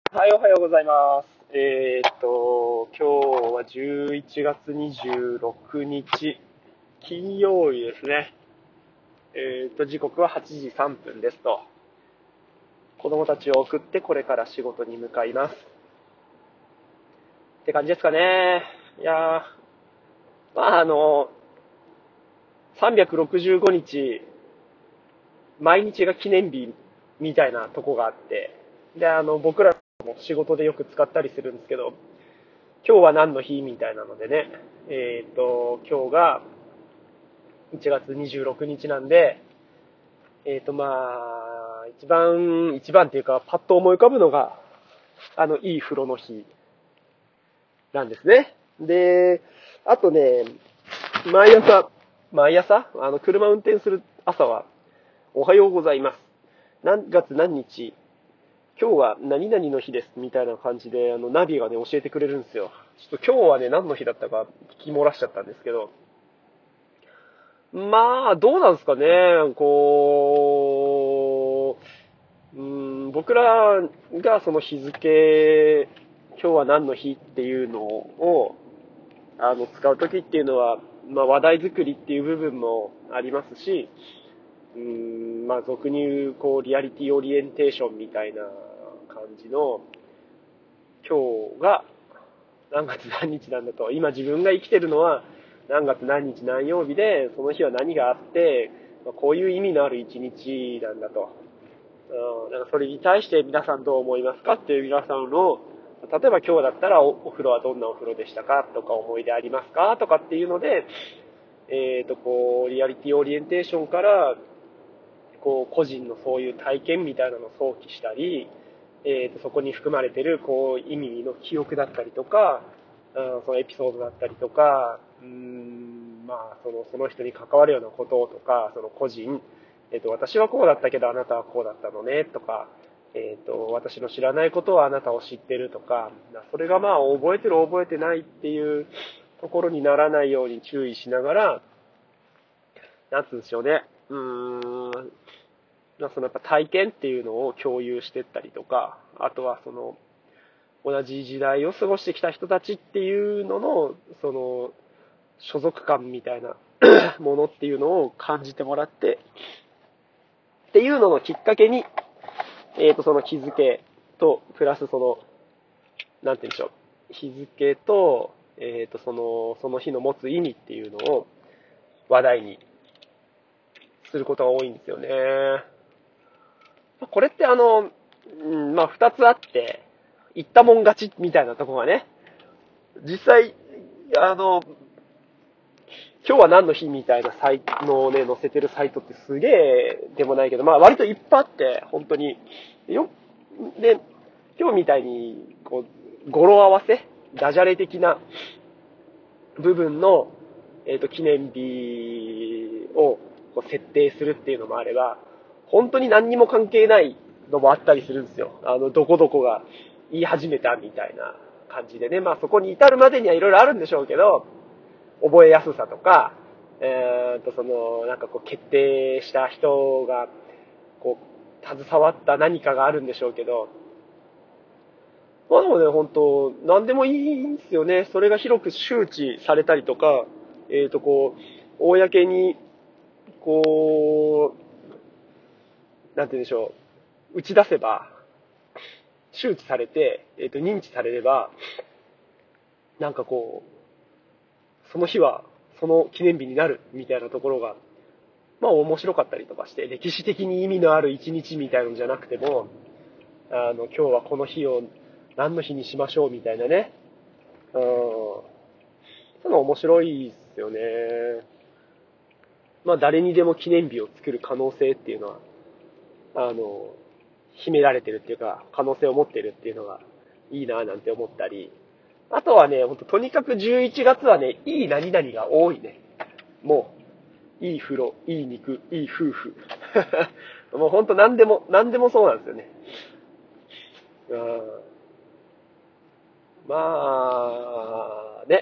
はい、おはようございます。今日は11月26日、金曜日ですね。時刻は8時3分ですと。子供たちを送ってこれから仕事に向かいます。って感じですかね。いやー、まあ365日、毎日が記念日みたいなとこがあって、で、僕らも仕事でよく使ったりするんですけど、今日は何の日みたいなのでね、今日が1月26日なんで、一番っていうか、パッと思い浮かぶのが、いい風呂の日なんですね。で、あとね、毎朝、車運転する朝は、おはようございます。何月何日、今日は何々の日です、みたいな感じで、ナビがね、教えてくれるんですよ。ちょっと今日はね、何の日だったか聞き漏らしちゃったんですけど、まあ、どうなんですかね。僕らがその日付、今日は何の日っていうのを、使うときっていうのは、まあ、話題作りっていう部分もありますし、まあ、俗に言う、リアリティオリエンテーションみたいな感じの、今日が何月何日なんだと。今自分が生きてるのは何月何日何曜日で、その日は何があって、こういう意味のある一日なんだと。なんかそれに対して皆さんどう思いますかっていう皆さんの、例えば今日だったらお風呂はどんなお風呂でしたかとか思い出ありますかとかっていうので、リアリティオリエンテーションから、個人のそういう体験みたいなのを想起したり、そこに含まれている、意味の記憶だったりとか、そのエピソードだったりとか、まあ、その人に関わるようなこととか、その個人、私はこうだったけどあなたはこうだったのね、とか、私の知らないことはあなたを知ってるとか、それがまあ、覚えてる覚えてないっていうところにならないように注意しながら、なんつうんでしょうね。そのやっぱ体験っていうのを共有していったりとか、あとはその、同じ時代を過ごしてきた人たちっていうのの、その、所属感みたいなものっていうのを感じてもらって、っていうののきっかけに、その日付と、プラスその、なんて言うんでしょう、日付と、その日の持つ意味っていうのを話題にすることが多いんですよね。これってまあ、二つあって、言ったもん勝ちみたいなところがね、実際、あの、今日は何の日みたいなサイトのね、載せてるサイトってすげえでもないけど、まあ割といっぱいあって、本当に、で、今日みたいに、語呂合わせ、ダジャレ的な部分の、記念日を設定するっていうのもあれば、本当に何にも関係ないのもあったりするんですよ。どこどこが言い始めたみたいな感じでね。まあそこに至るまでにはいろいろあるんでしょうけど、覚えやすさとか、なんか決定した人が、携わった何かがあるんでしょうけど、まあでもね、本当何でもいいんですよね。それが広く周知されたりとか、公に、こなんて言うんでしょ打ち出せば、周知されて、認知されれば、なんかその日は、その記念日になる、みたいなところが、まあ面白かったりとかして、歴史的に意味のある一日みたいなのじゃなくても、今日はこの日を何の日にしましょうみたいなね。そういうの面白いですよね。まあ誰にでも記念日を作る可能性っていうのは、秘められてるっていうか、可能性を持ってるっていうのがいいなぁなんて思ったり。あとはね、ほんととにかく11月はね、いい何々が多いね。もう、いい風呂、いい肉、いい夫婦。もうほんと何でもそうなんですよね。うん、まあ、ね。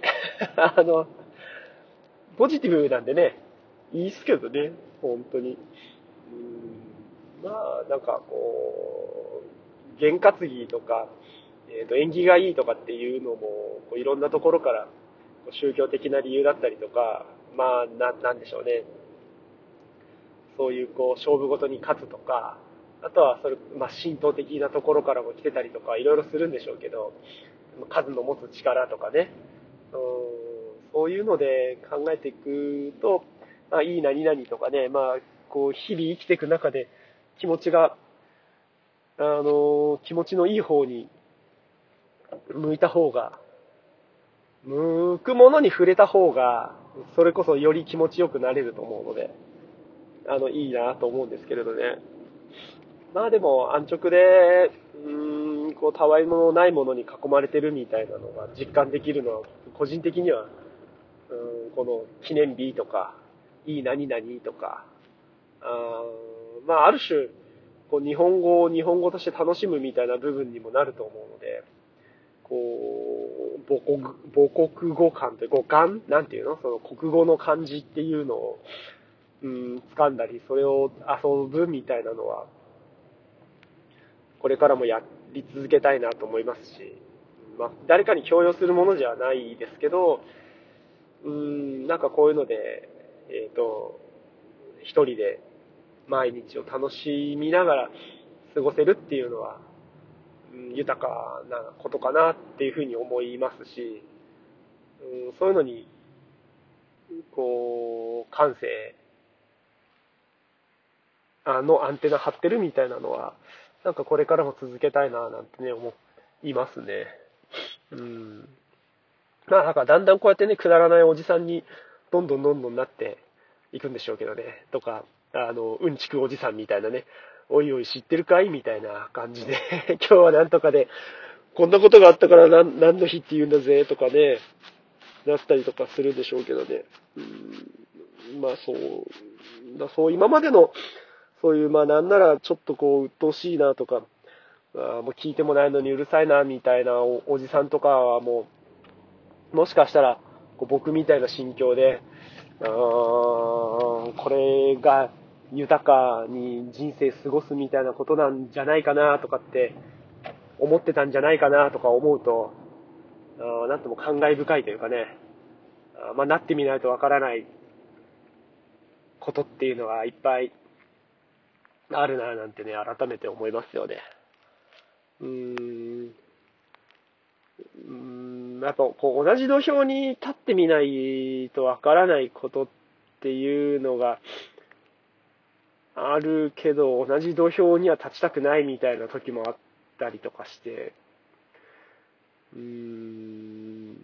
ポジティブなんでね、いいっすけどね、本当に。まあ、なんか験担ぎとか、 縁起がいいとかっていうのも、いろんなところから、宗教的な理由だったりとか、まあ、なんでしょうね。そういう勝負ごとに勝つとか、あとはそれ、まあ、神道的なところからも来てたりとか、いろいろするんでしょうけど、数の持つ力とかね、そういうので考えていくと、まあ、いい何々とかね、まあ、日々生きていく中で気持ちが、気持ちのいい方に向いた方が、向くものに触れた方が、それこそより気持ちよくなれると思うので、いいなと思うんですけれどね。まあでも、安直で、たわいもないものに囲まれてるみたいなのが実感できるのは、個人的には、この記念日とか、いい何々とか、まあある種、日本語を日本語として楽しむみたいな部分にもなると思うので、母国語感という語感なんていうのその国語の漢字っていうのを、掴んだり、それを遊ぶみたいなのは、これからもやり続けたいなと思いますし、まあ、誰かに強要するものじゃないですけど、なんかこういうので、一人で毎日を楽しみながら過ごせるっていうのは、豊かなことかなっていうふうに思いますし、そういうのに、感性のアンテナ張ってるみたいなのは、なんかこれからも続けたいななんてね、思いますね。うん。まあなんかだんだんこうやってね、くだらないおじさんにどんどんどんどんなっていくんでしょうけどね。とか、うんちくおじさんみたいなね、おいおい知ってるかいみたいな感じで今日はなんとかで、こんなことがあったから何の日って言うんだぜとかね、なったりとかするでしょうけどね。まあそう今までの、そういうまあなんならちょっと鬱陶しいなとか、もう聞いてもないのにうるさいなみたいなおじさんとかはもしかしたら僕みたいな心境で、これが豊かに人生過ごすみたいなことなんじゃないかなとかって思ってたんじゃないかなとか思うと、なんとも感慨深いというかね、まあ、なってみないとわからないことっていうのはいっぱいあるななんてね、改めて思いますよね。うーん、やっぱ同じ土俵に立ってみないとわからないことっていうのがあるけど、同じ土俵には立ちたくないみたいな時もあったりとかして、うーん、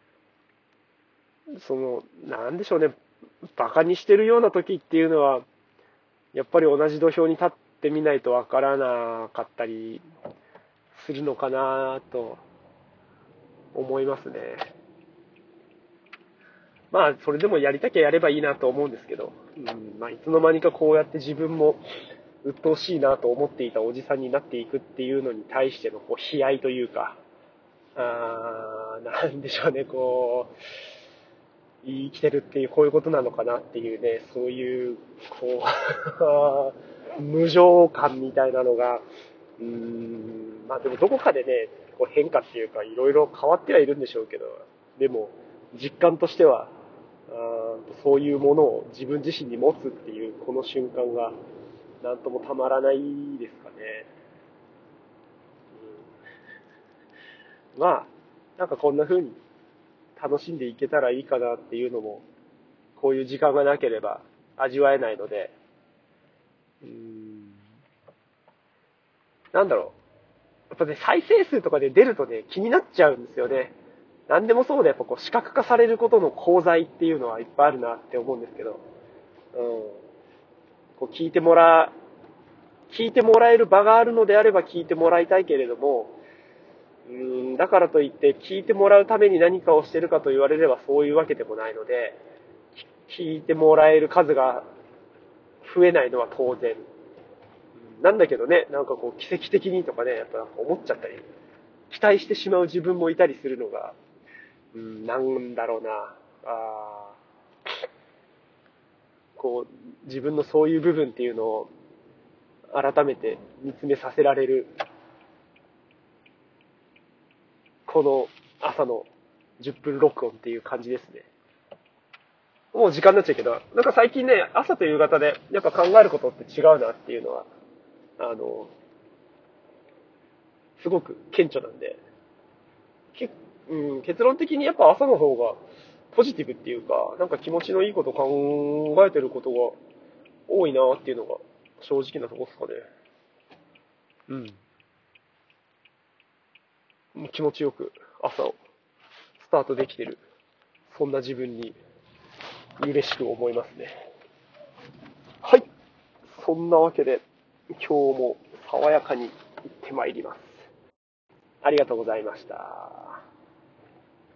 なんでしょうね、バカにしてるような時っていうのは、やっぱり同じ土俵に立ってみないとわからなかったりするのかなと思いますね。まあ、それでもやりたきゃやればいいなと思うんですけど、まあ、いつの間にかこうやって自分も鬱陶しいなと思っていたおじさんになっていくっていうのに対しての悲哀というか、なんでしょうね、生きてるっていうこういうことなのかなっていうね、そういう、無常感みたいなのが、まあでもどこかでね、変化っていうかいろいろ変わってはいるんでしょうけど、でも実感としては、そういうものを自分自身に持つっていうこの瞬間がなんともたまらないですかね。まあ、なんかこんな風に楽しんでいけたらいいかなっていうのも、こういう時間がなければ味わえないので、なんだろう。やっぱね、再生数とかで出るとね、気になっちゃうんですよね。何でもそうで、やっぱ視覚化されることの功罪っていうのはいっぱいあるなって思うんですけど、聞いてもらえる場があるのであれば聞いてもらいたいけれども、だからといって聞いてもらうために何かをしてるかと言われればそういうわけでもないので、聞いてもらえる数が増えないのは当然。なんだけどね、なんか奇跡的にとかね、やっぱ思っちゃったり、期待してしまう自分もいたりするのが、なんだろうな、自分のそういう部分っていうのを改めて見つめさせられるこの朝の10分録音っていう感じですね。もう時間になっちゃうけど、なんか最近ね、朝と夕方でやっぱ考えることって違うなっていうのは、あの、すごく顕著なんで、け結論的にやっぱ朝の方がポジティブっていうか、なんか気持ちのいいこと考えてることが多いなっていうのが正直なとこですかね。気持ちよく朝をスタートできてる。そんな自分に嬉しく思いますね。はい。そんなわけで今日も爽やかに行ってまいります。ありがとうございました。